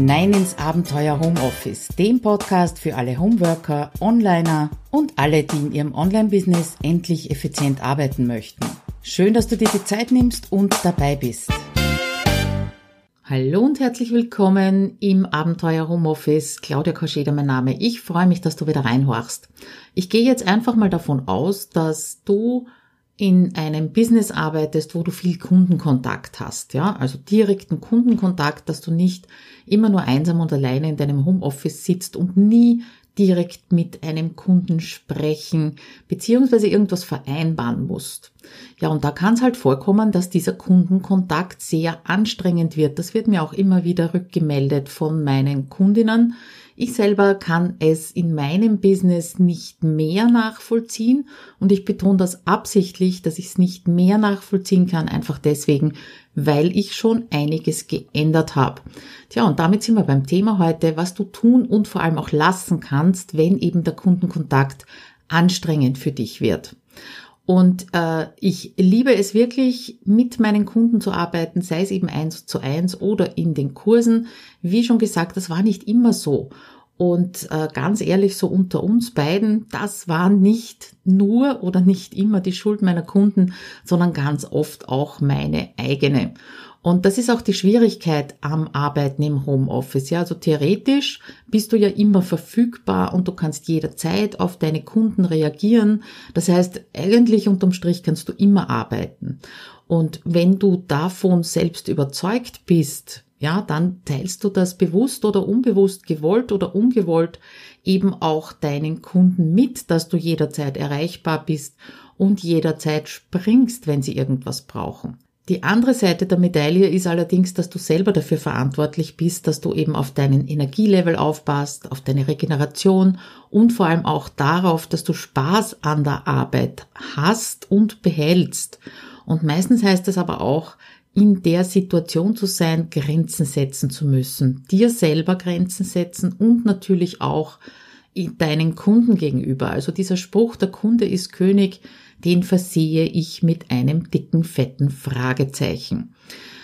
hinein ins Abenteuer Homeoffice, dem Podcast für alle Homeworker, Onliner und alle, die in ihrem Online-Business endlich effizient arbeiten möchten. Schön, dass du dir die Zeit nimmst und dabei bist. Hallo und herzlich willkommen im Abenteuer Homeoffice. Claudia Koscheder mein Name. Ich freue mich, dass du wieder reinhorchst. Ich gehe jetzt einfach mal davon aus, dass du in einem Business arbeitest, wo du viel Kundenkontakt hast, ja, also direkten Kundenkontakt, dass du nicht immer nur einsam und alleine in deinem Homeoffice sitzt und nie direkt mit einem Kunden sprechen beziehungsweise irgendwas vereinbaren musst. Ja, und da kann es halt vorkommen, dass dieser Kundenkontakt sehr anstrengend wird. Das wird mir auch immer wieder rückgemeldet von meinen Kundinnen. Ich selber kann es in meinem Business nicht mehr nachvollziehen und ich betone das absichtlich, dass ich es nicht mehr nachvollziehen kann, einfach deswegen, weil ich schon einiges geändert habe. Tja, und damit sind wir beim Thema heute, was du tun und vor allem auch lassen kannst, wenn eben der Kundenkontakt anstrengend für dich wird. Und ich liebe es wirklich, mit meinen Kunden zu arbeiten, sei es eben 1:1 oder in den Kursen. Wie schon gesagt, das war nicht immer so. Und ganz ehrlich, so unter uns beiden, das war nicht nur oder nicht immer die Schuld meiner Kunden, sondern ganz oft auch meine eigene. Und das ist auch die Schwierigkeit am Arbeiten im Homeoffice. Ja, also theoretisch bist du ja immer verfügbar und du kannst jederzeit auf deine Kunden reagieren. Das heißt, eigentlich unterm Strich kannst du immer arbeiten. Und wenn du davon selbst überzeugt bist, ja, dann teilst du das bewusst oder unbewusst, gewollt oder ungewollt eben auch deinen Kunden mit, dass du jederzeit erreichbar bist und jederzeit springst, wenn sie irgendwas brauchen. Die andere Seite der Medaille ist allerdings, dass du selber dafür verantwortlich bist, dass du eben auf deinen Energielevel aufpasst, auf deine Regeneration und vor allem auch darauf, dass du Spaß an der Arbeit hast und behältst. Und meistens heißt es aber auch, in der Situation zu sein, Grenzen setzen zu müssen, dir selber Grenzen setzen und natürlich auch deinen Kunden gegenüber. Also dieser Spruch, der Kunde ist König, den versehe ich mit einem dicken, fetten Fragezeichen.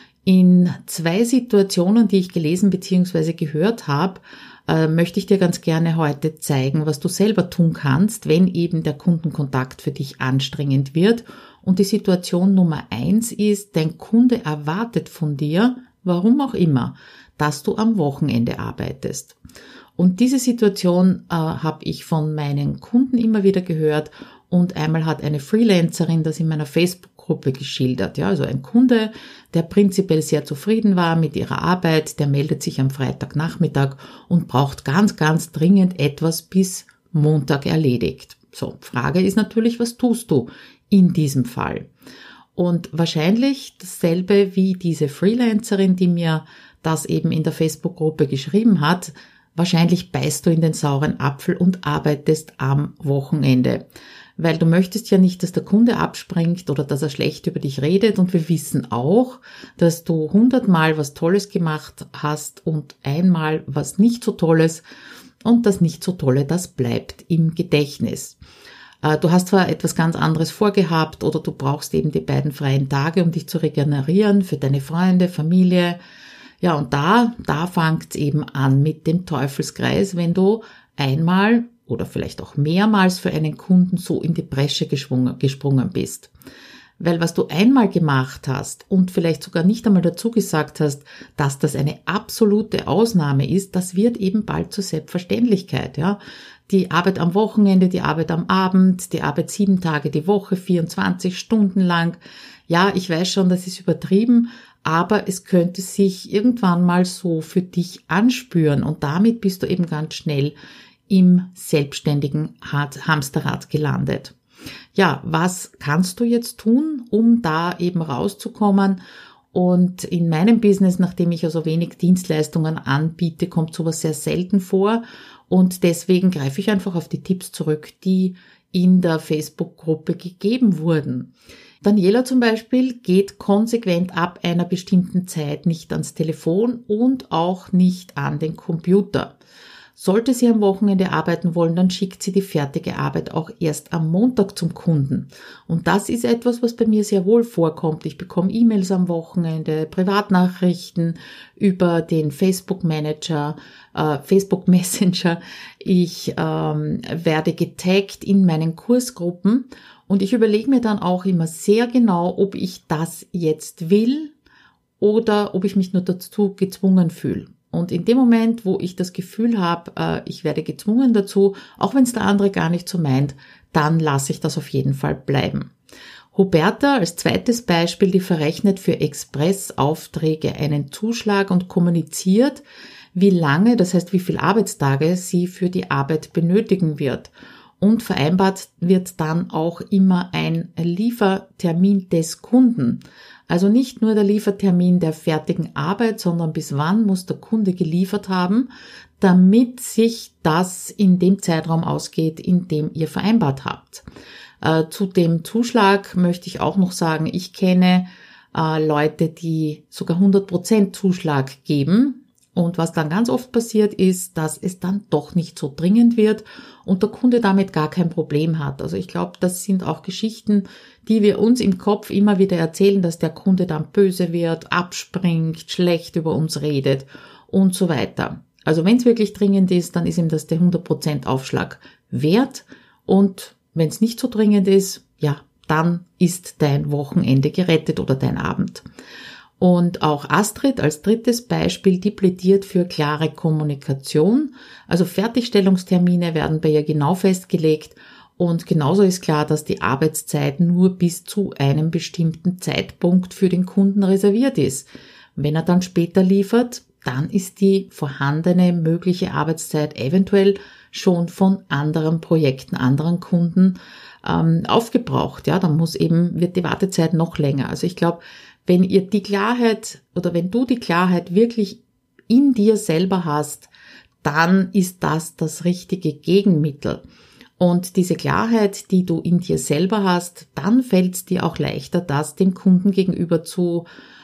In 2 Situationen, die ich gelesen bzw. gehört habe, möchte ich dir ganz gerne heute zeigen, was du selber tun kannst, wenn eben der Kundenkontakt für dich anstrengend wird. Und die Situation Nummer 1 ist, dein Kunde erwartet von dir, warum auch immer, dass du am Wochenende arbeitest. Und diese Situation habe ich von meinen Kunden immer wieder gehört. Und einmal hat eine Freelancerin das in meiner Facebook-Gruppe geschildert. Ja, also ein Kunde, der prinzipiell sehr zufrieden war mit ihrer Arbeit, der meldet sich am Freitagnachmittag und braucht ganz, ganz dringend etwas bis Montag erledigt. So, Frage ist natürlich, was tust du in diesem Fall? Und wahrscheinlich dasselbe wie diese Freelancerin, die mir das eben in der Facebook-Gruppe geschrieben hat, wahrscheinlich beißt du in den sauren Apfel und arbeitest am Wochenende. Weil du möchtest ja nicht, dass der Kunde abspringt oder dass er schlecht über dich redet. Und wir wissen auch, dass du 100-mal was Tolles gemacht hast und einmal was nicht so Tolles. Und das nicht so Tolle, das bleibt im Gedächtnis. Du hast zwar etwas ganz anderes vorgehabt oder du brauchst eben die beiden freien Tage, um dich zu regenerieren für deine Freunde, Familie. Ja, und da fängt es eben an mit dem Teufelskreis, wenn du einmal oder vielleicht auch mehrmals für einen Kunden so in die Bresche gesprungen bist. Weil was du einmal gemacht hast und vielleicht sogar nicht einmal dazu gesagt hast, dass das eine absolute Ausnahme ist, das wird eben bald zur Selbstverständlichkeit, ja. Die Arbeit am Wochenende, die Arbeit am Abend, die Arbeit 7 Tage die Woche, 24 Stunden lang. Ja, ich weiß schon, das ist übertrieben, aber es könnte sich irgendwann mal so für dich anspüren und damit bist du eben ganz schnell im selbstständigen Hamsterrad gelandet. Ja, was kannst du jetzt tun, um da eben rauszukommen? Und in meinem Business, nachdem ich ja so wenig Dienstleistungen anbiete, kommt sowas sehr selten vor. Und deswegen greife ich einfach auf die Tipps zurück, die in der Facebook-Gruppe gegeben wurden. Daniela zum Beispiel geht konsequent ab einer bestimmten Zeit nicht ans Telefon und auch nicht an den Computer. Sollte sie am Wochenende arbeiten wollen, dann schickt sie die fertige Arbeit auch erst am Montag zum Kunden. Und das ist etwas, was bei mir sehr wohl vorkommt. Ich bekomme E-Mails am Wochenende, Privatnachrichten über den Facebook Messenger. Ich werde getaggt in meinen Kursgruppen und ich überlege mir dann auch immer sehr genau, ob ich das jetzt will oder ob ich mich nur dazu gezwungen fühle. Und in dem Moment, wo ich das Gefühl habe, ich werde gezwungen dazu, auch wenn es der andere gar nicht so meint, dann lasse ich das auf jeden Fall bleiben. Huberta als zweites Beispiel, die verrechnet für Expressaufträge einen Zuschlag und kommuniziert, wie lange, das heißt wie viele Arbeitstage sie für die Arbeit benötigen wird. Und vereinbart wird dann auch immer ein Liefertermin des Kunden. Also nicht nur der Liefertermin der fertigen Arbeit, sondern bis wann muss der Kunde geliefert haben, damit sich das in dem Zeitraum ausgeht, in dem ihr vereinbart habt. Zu dem Zuschlag möchte ich auch noch sagen, ich kenne Leute, die sogar 100% Zuschlag geben. Und was dann ganz oft passiert ist, dass es dann doch nicht so dringend wird und der Kunde damit gar kein Problem hat. Also ich glaube, das sind auch Geschichten, die wir uns im Kopf immer wieder erzählen, dass der Kunde dann böse wird, abspringt, schlecht über uns redet und so weiter. Also wenn es wirklich dringend ist, dann ist ihm das der 100% Aufschlag wert. Und wenn es nicht so dringend ist, ja, dann ist dein Wochenende gerettet oder dein Abend. Und auch Astrid als drittes Beispiel, die plädiert für klare Kommunikation. Also Fertigstellungstermine werden bei ihr genau festgelegt und genauso ist klar, dass die Arbeitszeit nur bis zu einem bestimmten Zeitpunkt für den Kunden reserviert ist. Wenn er dann später liefert, dann ist die vorhandene mögliche Arbeitszeit eventuell schon von anderen Projekten, anderen Kunden aufgebraucht. Ja, dann wird die Wartezeit noch länger. Also ich glaube, wenn du die Klarheit wirklich in dir selber hast, dann ist das richtige Gegenmittel. Und diese Klarheit, die du in dir selber hast, dann fällt es dir auch leichter, das dem Kunden gegenüber zu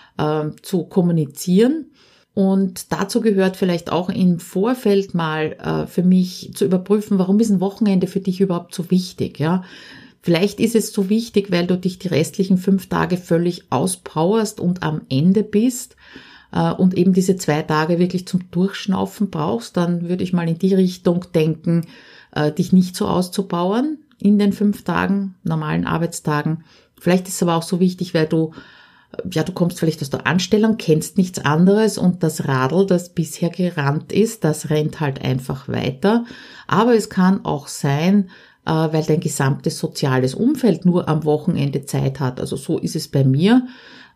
kommunizieren. Und dazu gehört vielleicht auch im Vorfeld mal für mich zu überprüfen, warum ist ein Wochenende für dich überhaupt so wichtig, ja? Vielleicht ist es so wichtig, weil du dich die restlichen 5 Tage völlig auspowerst und am Ende bist und eben diese 2 Tage wirklich zum Durchschnaufen brauchst. Dann würde ich mal in die Richtung denken, dich nicht so auszupowern in den 5 Tagen, normalen Arbeitstagen. Vielleicht ist es aber auch so wichtig, weil du kommst vielleicht aus der Anstellung, kennst nichts anderes und das Radl, das bisher gerannt ist, das rennt halt einfach weiter. Aber es kann auch sein, weil dein gesamtes soziales Umfeld nur am Wochenende Zeit hat. Also so ist es bei mir,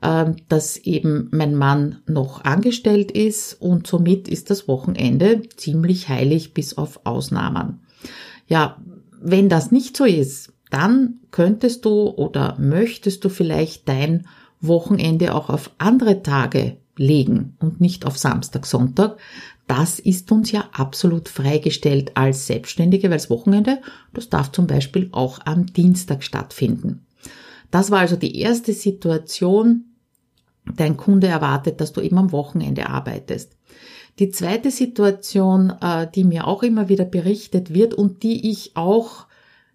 dass eben mein Mann noch angestellt ist und somit ist das Wochenende ziemlich heilig bis auf Ausnahmen. Ja, wenn das nicht so ist, dann könntest du oder möchtest du vielleicht dein Wochenende auch auf andere Tage legen und nicht auf Samstag, Sonntag. Das ist uns ja absolut freigestellt als Selbstständige, weil das Wochenende, das darf zum Beispiel auch am Dienstag stattfinden. Das war also die erste Situation. Dein Kunde erwartet, dass du eben am Wochenende arbeitest. Die zweite Situation, die mir auch immer wieder berichtet wird und die ich auch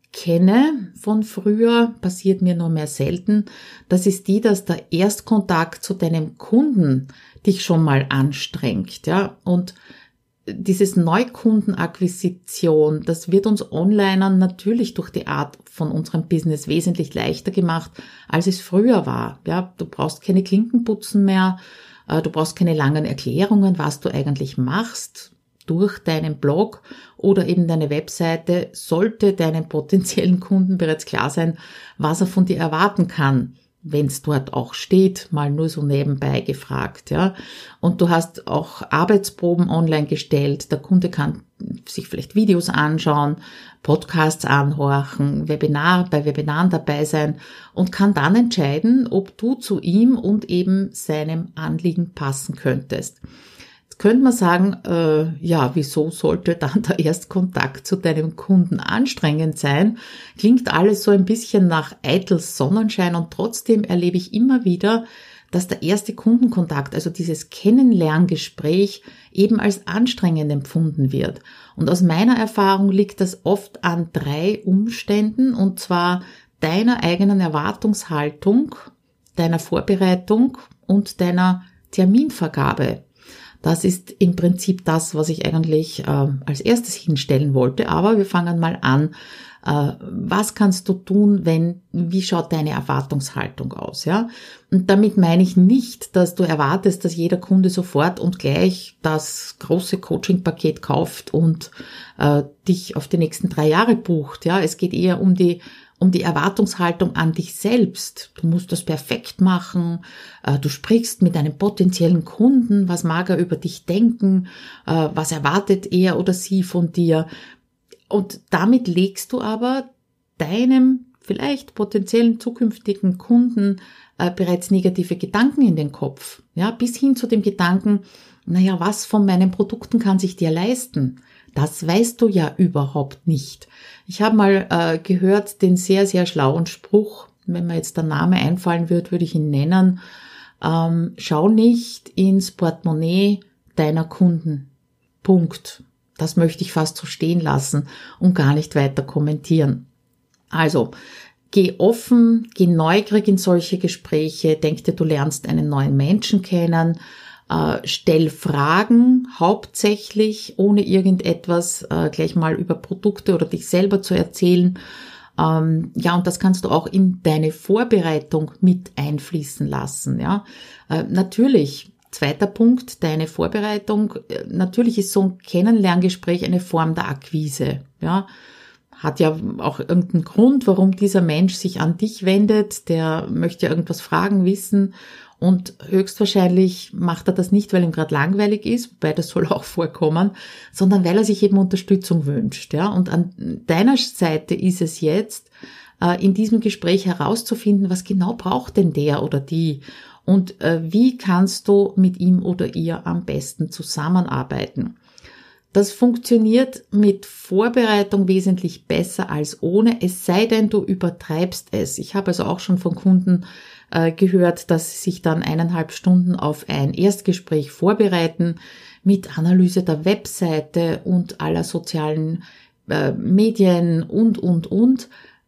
kenne von früher, passiert mir nur mehr selten, das ist die, dass der Erstkontakt zu deinem Kunden dich schon mal anstrengt, ja, und dieses Neukundenakquisition, das wird uns Onlinern natürlich durch die Art von unserem Business wesentlich leichter gemacht, als es früher war, ja, du brauchst keine Klinken putzen mehr, du brauchst keine langen Erklärungen, was du eigentlich machst. Durch deinen Blog oder eben deine Webseite sollte deinem potenziellen Kunden bereits klar sein, was er von dir erwarten kann, wenn es dort auch steht, mal nur so nebenbei gefragt, ja. Und du hast auch Arbeitsproben online gestellt, der Kunde kann sich vielleicht Videos anschauen, Podcasts anhorchen, bei Webinaren dabei sein und kann dann entscheiden, ob du zu ihm und eben seinem Anliegen passen könntest. Könnte man sagen, wieso sollte dann der Erstkontakt zu deinem Kunden anstrengend sein? Klingt alles so ein bisschen nach eitel Sonnenschein und trotzdem erlebe ich immer wieder, dass der erste Kundenkontakt, also dieses Kennenlerngespräch, eben als anstrengend empfunden wird. Und aus meiner Erfahrung liegt das oft an 3 Umständen, und zwar deiner eigenen Erwartungshaltung, deiner Vorbereitung und deiner Terminvergabe. Das ist im Prinzip das, was ich eigentlich als erstes hinstellen wollte. Aber wir fangen mal an. Was kannst du tun, wie schaut deine Erwartungshaltung aus, ja? Und damit meine ich nicht, dass du erwartest, dass jeder Kunde sofort und gleich das große Coaching-Paket kauft und dich auf die nächsten 3 Jahre bucht, ja? Es geht eher um die Erwartungshaltung an dich selbst. Du musst das perfekt machen. Du sprichst mit einem potenziellen Kunden. Was mag er über dich denken? Was erwartet er oder sie von dir? Und damit legst du aber deinem vielleicht potenziellen zukünftigen Kunden bereits negative Gedanken in den Kopf. Ja, bis hin zu dem Gedanken, naja, was von meinen Produkten kann sich dir leisten? Das weißt du ja überhaupt nicht. Ich habe mal gehört den sehr, sehr schlauen Spruch, wenn mir jetzt der Name einfallen wird, würde ich ihn nennen. Schau nicht ins Portemonnaie deiner Kunden. Punkt. Das möchte ich fast so stehen lassen und gar nicht weiter kommentieren. Also, geh offen, geh neugierig in solche Gespräche, denk dir, du lernst einen neuen Menschen kennen, stell Fragen, hauptsächlich, ohne irgendetwas gleich mal über Produkte oder dich selber zu erzählen. Ja, und das kannst du auch in deine Vorbereitung mit einfließen lassen. Ja, natürlich. Zweiter Punkt, deine Vorbereitung. Natürlich ist so ein Kennenlerngespräch eine Form der Akquise. Ja, hat ja auch irgendeinen Grund, warum dieser Mensch sich an dich wendet. Der möchte ja irgendwas fragen, wissen. Und höchstwahrscheinlich macht er das nicht, weil ihm gerade langweilig ist, wobei das soll auch vorkommen, sondern weil er sich eben Unterstützung wünscht. Ja, und an deiner Seite ist es jetzt, in diesem Gespräch herauszufinden, was genau braucht denn der oder die? Und wie kannst du mit ihm oder ihr am besten zusammenarbeiten? Das funktioniert mit Vorbereitung wesentlich besser als ohne, es sei denn, du übertreibst es. Ich habe also auch schon von Kunden gehört, dass sie sich dann 1,5 Stunden auf ein Erstgespräch vorbereiten mit Analyse der Webseite und aller sozialen Medien und.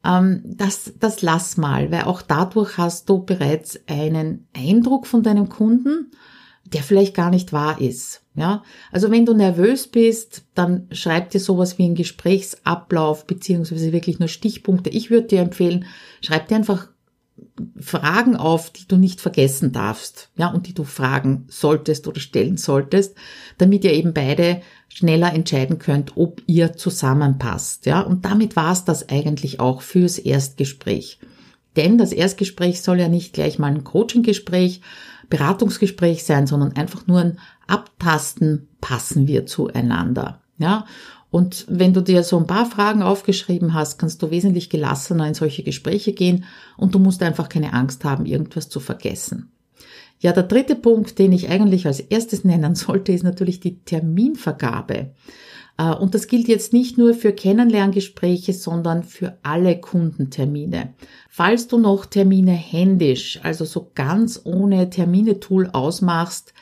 Das lass mal, weil auch dadurch hast du bereits einen Eindruck von deinem Kunden, der vielleicht gar nicht wahr ist. Ja, also wenn du nervös bist, dann schreib dir sowas wie einen Gesprächsablauf beziehungsweise wirklich nur Stichpunkte. Ich würde dir empfehlen, schreib dir einfach Fragen auf, die du nicht vergessen darfst, ja, und die du fragen solltest oder stellen solltest, damit ihr eben beide schneller entscheiden könnt, ob ihr zusammenpasst, ja. Und damit war's das eigentlich auch fürs Erstgespräch. Denn das Erstgespräch soll ja nicht gleich mal ein Coaching-Gespräch, Beratungsgespräch sein, sondern einfach nur ein Abtasten, passen wir zueinander, ja. Und wenn du dir so ein paar Fragen aufgeschrieben hast, kannst du wesentlich gelassener in solche Gespräche gehen und du musst einfach keine Angst haben, irgendwas zu vergessen. Ja, der dritte Punkt, den ich eigentlich als erstes nennen sollte, ist natürlich die Terminvergabe. Und das gilt jetzt nicht nur für Kennenlerngespräche, sondern für alle Kundentermine. Falls du noch Termine händisch, also so ganz ohne Termine-Tool ausmachst,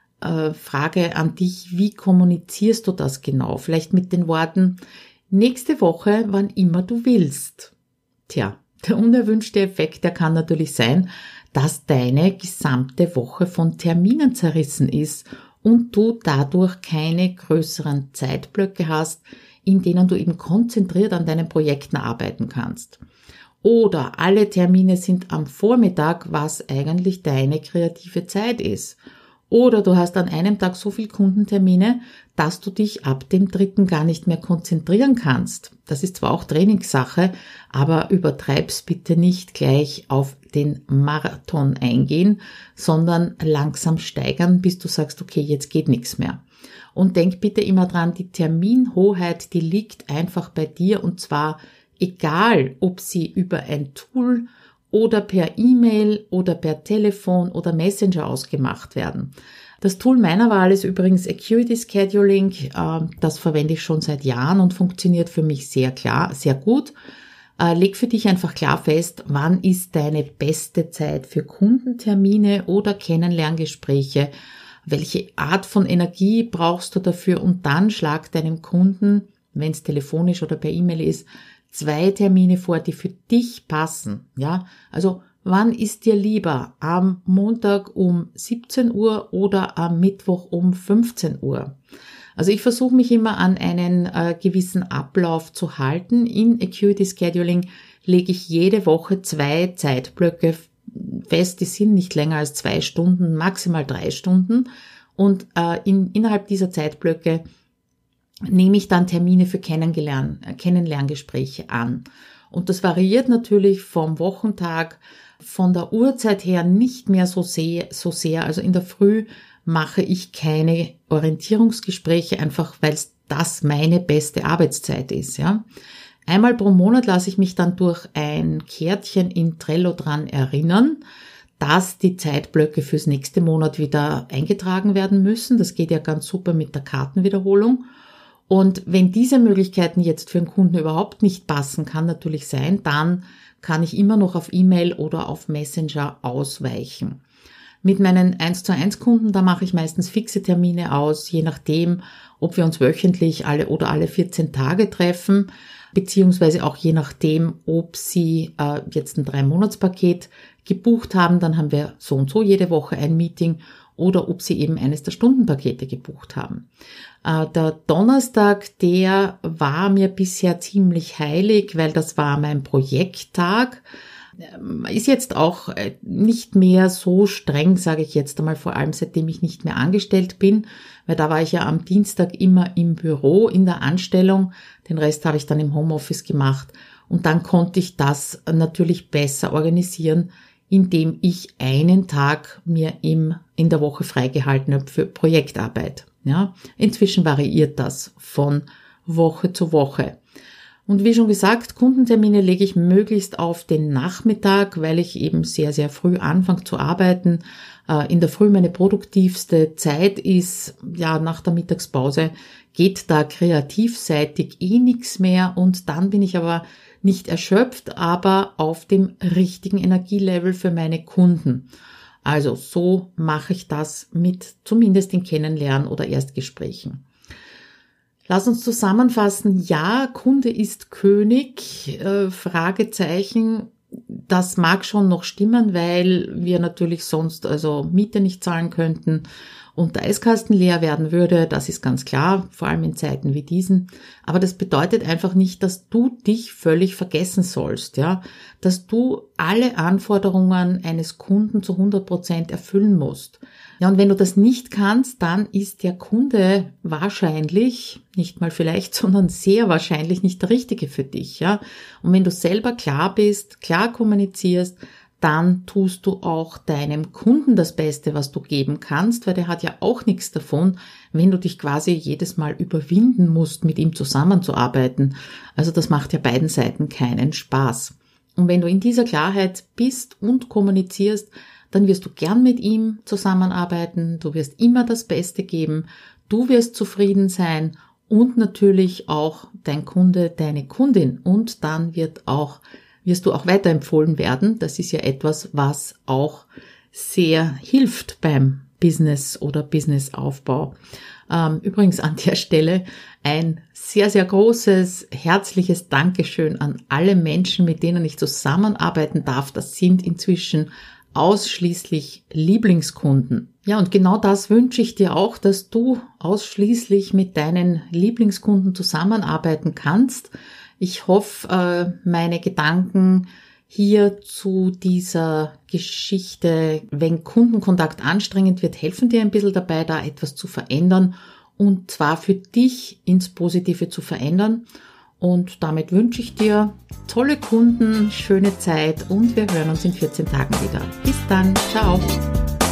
Frage an dich, wie kommunizierst du das genau? Vielleicht mit den Worten, nächste Woche, wann immer du willst. Tja, der unerwünschte Effekt, der kann natürlich sein, dass deine gesamte Woche von Terminen zerrissen ist und du dadurch keine größeren Zeitblöcke hast, in denen du eben konzentriert an deinen Projekten arbeiten kannst. Oder alle Termine sind am Vormittag, was eigentlich deine kreative Zeit ist. Oder du hast an einem Tag so viel Kundentermine, dass du dich ab dem 3. gar nicht mehr konzentrieren kannst. Das ist zwar auch Trainingssache, aber übertreib's bitte nicht gleich auf den Marathon eingehen, sondern langsam steigern, bis du sagst, okay, jetzt geht nichts mehr. Und denk bitte immer dran, die Terminhoheit, die liegt einfach bei dir und zwar egal, ob sie über ein Tool oder per E-Mail oder per Telefon oder Messenger ausgemacht werden. Das Tool meiner Wahl ist übrigens Acuity Scheduling. Das verwende ich schon seit Jahren und funktioniert für mich sehr gut. Leg für dich einfach klar fest, wann ist deine beste Zeit für Kundentermine oder Kennenlerngespräche, welche Art von Energie brauchst du dafür und dann schlag deinem Kunden, wenn es telefonisch oder per E-Mail ist, 2 Termine vor, die für dich passen. Ja, also wann ist dir lieber? Am Montag um 17 Uhr oder am Mittwoch um 15 Uhr? Also ich versuche mich immer an einen gewissen Ablauf zu halten. In Acuity Scheduling lege ich jede Woche 2 Zeitblöcke fest. Die sind nicht länger als 2 Stunden, maximal 3 Stunden. Und innerhalb dieser Zeitblöcke nehme ich dann Termine für Kennenlerngespräche an. Und das variiert natürlich vom Wochentag, von der Uhrzeit her nicht mehr so sehr. Also in der Früh mache ich keine Orientierungsgespräche, einfach weil das meine beste Arbeitszeit ist. Ja. Einmal pro Monat lasse ich mich dann durch ein Kärtchen in Trello dran erinnern, dass die Zeitblöcke fürs nächste Monat wieder eingetragen werden müssen. Das geht ja ganz super mit der Kartenwiederholung. Und wenn diese Möglichkeiten jetzt für einen Kunden überhaupt nicht passen, kann natürlich sein, dann kann ich immer noch auf E-Mail oder auf Messenger ausweichen. Mit meinen 1:1 Kunden, da mache ich meistens fixe Termine aus, je nachdem, ob wir uns wöchentlich alle 14 Tage treffen, beziehungsweise auch je nachdem, ob sie jetzt ein 3-Monats-Paket gebucht haben, dann haben wir so und so jede Woche ein Meeting, oder ob sie eben eines der Stundenpakete gebucht haben. Der Donnerstag, der war mir bisher ziemlich heilig, weil das war mein Projekttag. Ist jetzt auch nicht mehr so streng, sage ich jetzt einmal, vor allem seitdem ich nicht mehr angestellt bin, weil da war ich ja am Dienstag immer im Büro in der Anstellung, den Rest habe ich dann im Homeoffice gemacht und dann konnte ich das natürlich besser organisieren, indem ich einen Tag mir in der Woche freigehalten habe für Projektarbeit. Ja, inzwischen variiert das von Woche zu Woche. Und wie schon gesagt, Kundentermine lege ich möglichst auf den Nachmittag, weil ich eben sehr, sehr früh anfange zu arbeiten. In der Früh meine produktivste Zeit ist, ja, nach der Mittagspause geht da kreativseitig nichts mehr und dann bin ich aber nicht erschöpft, aber auf dem richtigen Energielevel für meine Kunden. Also so mache ich das mit zumindest den Kennenlernen oder Erstgesprächen. Lass uns zusammenfassen. Ja, Kunde ist König, Fragezeichen. Das mag schon noch stimmen, weil wir natürlich sonst also Miete nicht zahlen könnten und der Eiskasten leer werden würde. Das ist ganz klar, vor allem in Zeiten wie diesen. Aber das bedeutet einfach nicht, dass du dich völlig vergessen sollst, ja, dass du alle Anforderungen eines Kunden zu 100% erfüllen musst. Ja, und wenn du das nicht kannst, dann ist der Kunde wahrscheinlich, nicht mal vielleicht, sondern sehr wahrscheinlich nicht der Richtige für dich, ja. Und wenn du selber klar bist, klar kommunizierst, dann tust du auch deinem Kunden das Beste, was du geben kannst, weil der hat ja auch nichts davon, wenn du dich quasi jedes Mal überwinden musst, mit ihm zusammenzuarbeiten. Also das macht ja beiden Seiten keinen Spaß. Und wenn du in dieser Klarheit bist und kommunizierst, dann wirst du gern mit ihm zusammenarbeiten, du wirst immer das Beste geben, du wirst zufrieden sein und natürlich auch dein Kunde, deine Kundin. Und dann wirst du auch weiterempfohlen werden. Das ist ja etwas, was auch sehr hilft beim Business oder Businessaufbau. Übrigens an der Stelle ein sehr, sehr großes, herzliches Dankeschön an alle Menschen, mit denen ich zusammenarbeiten darf. Das sind inzwischen ausschließlich Lieblingskunden. Ja, und genau das wünsche ich dir auch, dass du ausschließlich mit deinen Lieblingskunden zusammenarbeiten kannst. Ich hoffe, meine Gedanken hier zu dieser Geschichte, wenn Kundenkontakt anstrengend wird, helfen dir ein bisschen dabei, da etwas zu verändern und zwar für dich ins Positive zu verändern. Und damit wünsche ich dir tolle Kunden, schöne Zeit und wir hören uns in 14 Tagen wieder. Bis dann, ciao!